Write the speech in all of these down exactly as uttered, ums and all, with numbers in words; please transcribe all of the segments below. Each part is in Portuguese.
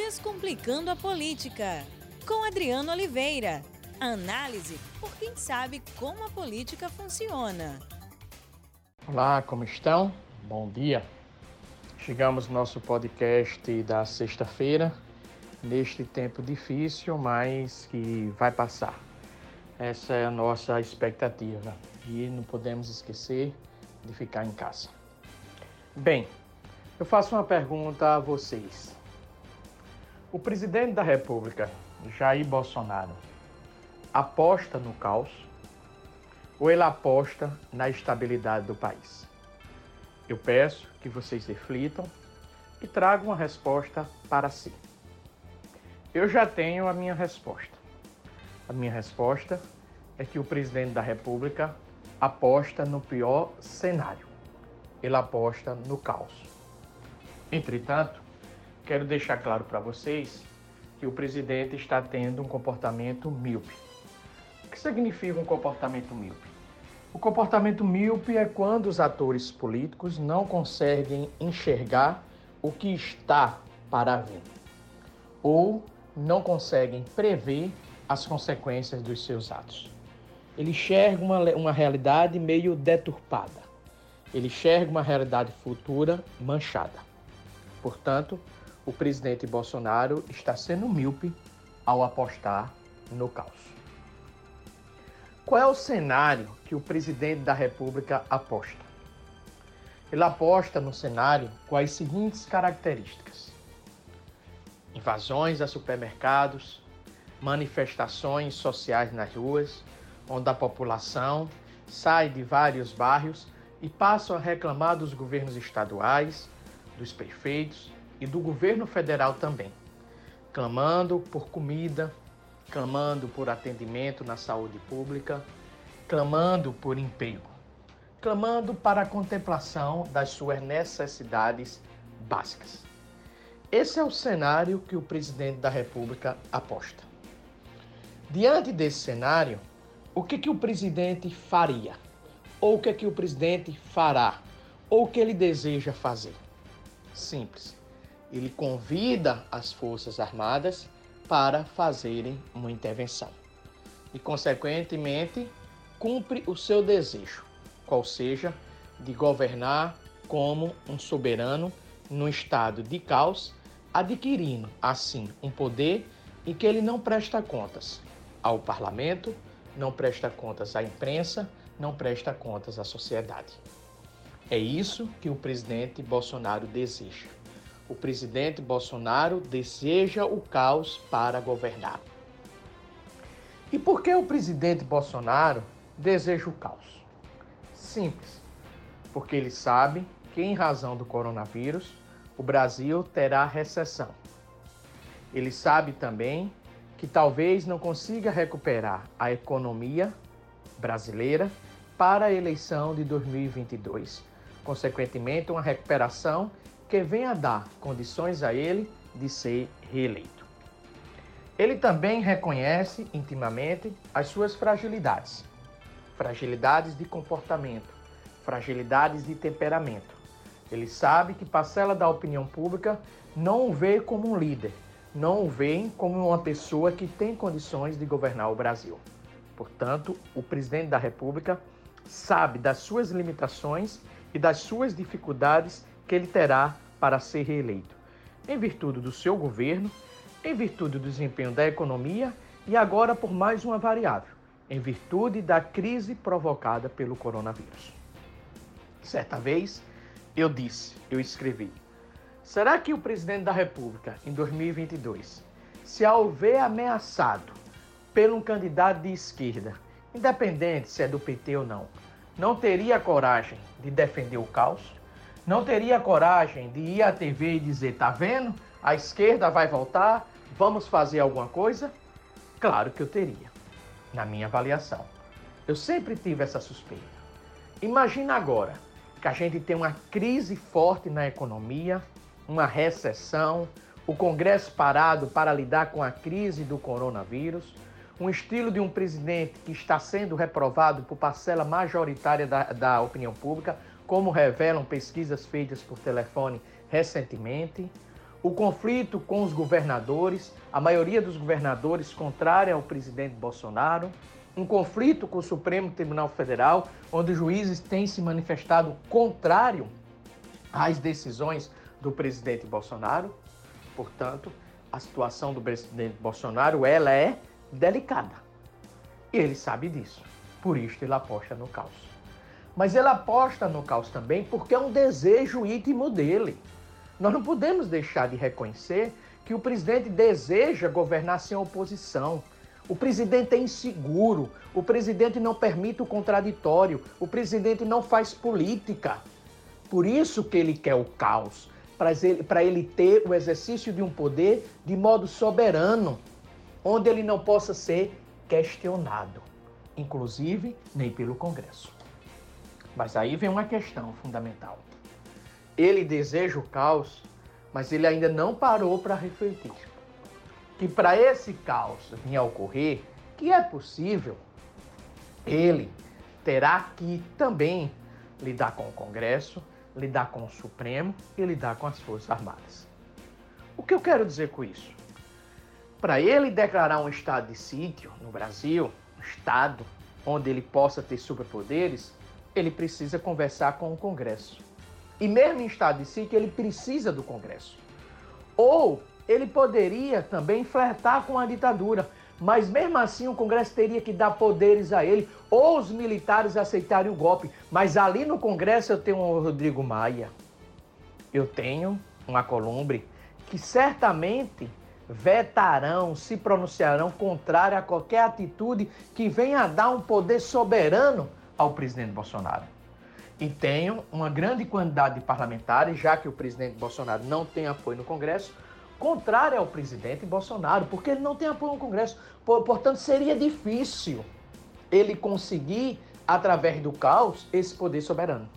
Descomplicando a Política, com Adriano Oliveira. Análise por quem sabe como a política funciona. Olá, como estão? Bom dia. Chegamos no nosso podcast da sexta-feira, neste tempo difícil, mas que vai passar. Essa é a nossa expectativa e não podemos esquecer de ficar em casa. Bem, eu faço uma pergunta a vocês. O presidente da República, Jair Bolsonaro, aposta no caos ou ele aposta na estabilidade do país? Eu peço que vocês reflitam e tragam uma resposta para si. Eu já tenho a minha resposta. A minha resposta é que o presidente da República aposta no pior cenário. Ele aposta no caos. Entretanto, quero deixar claro para vocês que o presidente está tendo um comportamento míope. O que significa um comportamento míope? O comportamento míope é quando os atores políticos não conseguem enxergar o que está para vir, ou não conseguem prever as consequências dos seus atos. Ele enxerga uma, uma realidade meio deturpada. Ele enxerga uma realidade futura manchada. Portanto, o presidente Bolsonaro está sendo míope ao apostar no caos. Qual é o cenário que o presidente da República aposta? Ele aposta no cenário com as seguintes características: invasões a supermercados, manifestações sociais nas ruas, onde a população sai de vários bairros e passam a reclamar dos governos estaduais, dos prefeitos e do governo federal também, clamando por comida, clamando por atendimento na saúde pública, clamando por emprego, clamando para a contemplação das suas necessidades básicas. Esse é o cenário que o presidente da República aposta. Diante desse cenário, o que, que o presidente faria? Ou o que, que o presidente fará? Ou o que ele deseja fazer? Simples. Ele convida as Forças Armadas para fazerem uma intervenção. E, consequentemente, cumpre o seu desejo, qual seja de governar como um soberano no estado de caos, adquirindo, assim, um poder em que ele não presta contas ao parlamento, não presta contas à imprensa, não presta contas à sociedade. É isso que o presidente Bolsonaro deseja. O presidente Bolsonaro deseja o caos para governar. E por que o presidente Bolsonaro deseja o caos? Simples. Porque ele sabe que, em razão do coronavírus, o Brasil terá recessão. Ele sabe também que talvez não consiga recuperar a economia brasileira para a eleição de dois mil e vinte e dois. Consequentemente, uma recuperação que venha dar condições a ele de ser reeleito. Ele também reconhece intimamente as suas fragilidades. Fragilidades de comportamento, fragilidades de temperamento. Ele sabe que parcela da opinião pública não o vê como um líder, não o vê como uma pessoa que tem condições de governar o Brasil. Portanto, o presidente da República sabe das suas limitações e das suas dificuldades que ele terá para ser reeleito, em virtude do seu governo, em virtude do desempenho da economia e agora por mais uma variável, em virtude da crise provocada pelo coronavírus. Certa vez, eu disse, eu escrevi: será que o presidente da República, em dois mil e vinte e dois, se ao ver ameaçado por um candidato de esquerda, independente se é do P T ou não, não teria coragem de defender o caos? Não teria coragem de ir à T V e dizer: tá vendo? A esquerda vai voltar, vamos fazer alguma coisa? Claro que eu teria, na minha avaliação. Eu sempre tive essa suspeita. Imagina agora que a gente tem uma crise forte na economia, uma recessão, o Congresso parado para lidar com a crise do coronavírus, um estilo de um presidente que está sendo reprovado por parcela majoritária da, da opinião pública, como revelam pesquisas feitas por telefone recentemente, o conflito com os governadores, a maioria dos governadores contrária ao presidente Bolsonaro, um conflito com o Supremo Tribunal Federal, onde os juízes têm se manifestado contrário às decisões do presidente Bolsonaro. Portanto, a situação do presidente Bolsonaro, ela é delicada. E ele sabe disso. Por isso ele aposta no caos. Mas ele aposta no caos também porque é um desejo íntimo dele. Nós não podemos deixar de reconhecer que o presidente deseja governar sem oposição. O presidente é inseguro, o presidente não permite o contraditório, o presidente não faz política. Por isso que ele quer o caos, para ele, para ele ter o exercício de um poder de modo soberano, onde ele não possa ser questionado, inclusive nem pelo Congresso. Mas aí vem uma questão fundamental. Ele deseja o caos, mas ele ainda não parou para refletir que para esse caos vir a ocorrer, que é possível, ele terá que também lidar com o Congresso, lidar com o Supremo e lidar com as Forças Armadas. O que eu quero dizer com isso? Para ele declarar um estado de sítio no Brasil, um estado onde ele possa ter superpoderes, ele precisa conversar com o Congresso. E mesmo em estado de sítio, ele precisa do Congresso. Ou ele poderia também flertar com a ditadura, mas mesmo assim o Congresso teria que dar poderes a ele, ou os militares aceitarem o golpe. Mas ali no Congresso eu tenho o Rodrigo Maia, eu tenho uma Alcolumbre, que certamente vetarão, se pronunciarão contrário a qualquer atitude que venha a dar um poder soberano ao presidente Bolsonaro. E tenho uma grande quantidade de parlamentares, já que o presidente Bolsonaro não tem apoio no Congresso, contrária ao presidente Bolsonaro, porque ele não tem apoio no Congresso. Portanto, seria difícil ele conseguir, através do caos, esse poder soberano.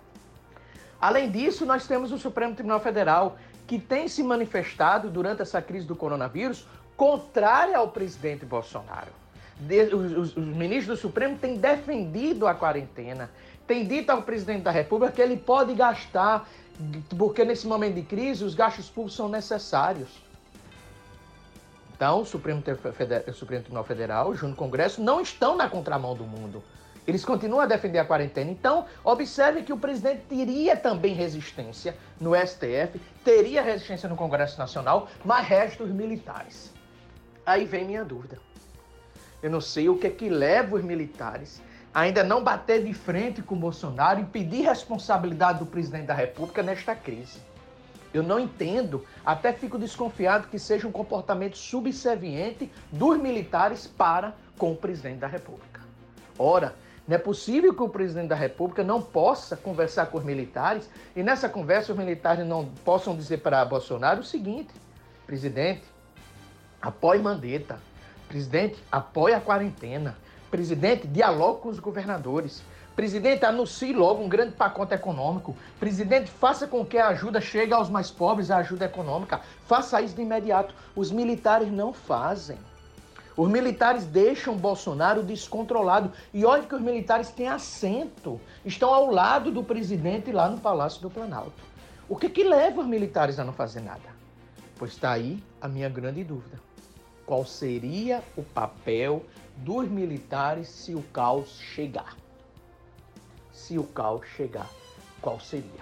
Além disso, nós temos o Supremo Tribunal Federal, que tem se manifestado durante essa crise do coronavírus contrária ao presidente Bolsonaro. Os, os, os ministros do Supremo têm defendido a quarentena, têm dito ao presidente da República que ele pode gastar, porque nesse momento de crise os gastos públicos são necessários. Então, o Supremo, o Supremo Tribunal Federal, junto com o Congresso, não estão na contramão do mundo. Eles continuam a defender a quarentena. Então, observe que o presidente teria também resistência no S T F, teria resistência no Congresso Nacional, mas resta os militares. Aí vem minha dúvida. Eu não sei o que é que leva os militares a ainda não bater de frente com o Bolsonaro e pedir responsabilidade do presidente da República nesta crise. Eu não entendo, até fico desconfiado que seja um comportamento subserviente dos militares para com o presidente da República. Ora, não é possível que o presidente da República não possa conversar com os militares e nessa conversa os militares não possam dizer para Bolsonaro o seguinte: presidente, apoie Mandetta. Presidente, apoie a quarentena. Presidente, dialogue com os governadores. Presidente, anuncie logo um grande pacote econômico. Presidente, faça com que a ajuda chegue aos mais pobres, a ajuda econômica. Faça isso de imediato. Os militares não fazem. Os militares deixam Bolsonaro descontrolado. E olha que os militares têm assento. Estão ao lado do presidente lá no Palácio do Planalto. O que que leva os militares a não fazer nada? Pois está aí a minha grande dúvida. Qual seria o papel dos militares se o caos chegar? Se o caos chegar, qual seria?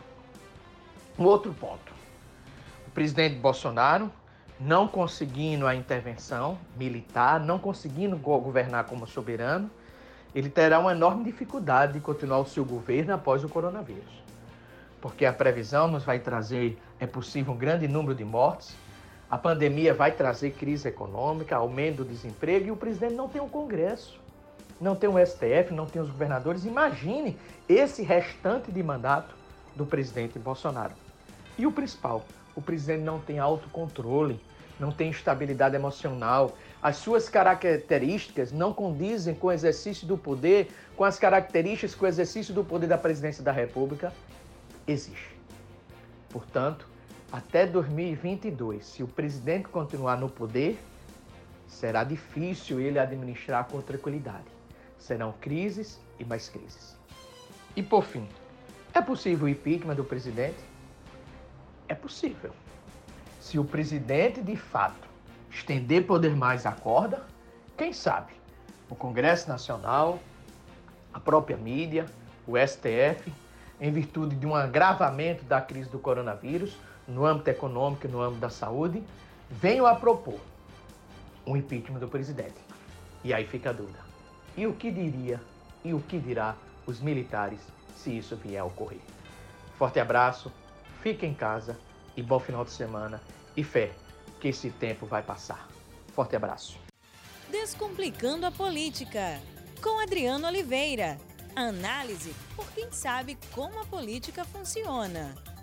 Um outro ponto. O presidente Bolsonaro, não conseguindo a intervenção militar, não conseguindo governar como soberano, ele terá uma enorme dificuldade de continuar o seu governo após o coronavírus. Porque a previsão nos vai trazer, é possível, um grande número de mortes. A pandemia vai trazer crise econômica, aumento do desemprego e o presidente não tem um Congresso, não tem um S T F, não tem os governadores. Imagine esse restante de mandato do presidente Bolsonaro. E o principal, o presidente não tem autocontrole, não tem estabilidade emocional. As suas características não condizem com o exercício do poder, com as características que o exercício do poder da presidência da República exige. Portanto, até dois mil e vinte e dois, se o presidente continuar no poder, será difícil ele administrar com tranquilidade. Serão crises e mais crises. E por fim, é possível o impeachment do presidente? É possível. Se o presidente, de fato, estender poder mais à corda, quem sabe o Congresso Nacional, a própria mídia, o S T F, em virtude de um agravamento da crise do coronavírus, no âmbito econômico e no âmbito da saúde, venham a propor um impeachment do presidente. E aí fica a dúvida. E o que diria e o que dirá os militares se isso vier a ocorrer? Forte abraço, fique em casa e bom final de semana e fé que esse tempo vai passar. Forte abraço. Descomplicando a política, com Adriano Oliveira. Análise por quem sabe como a política funciona.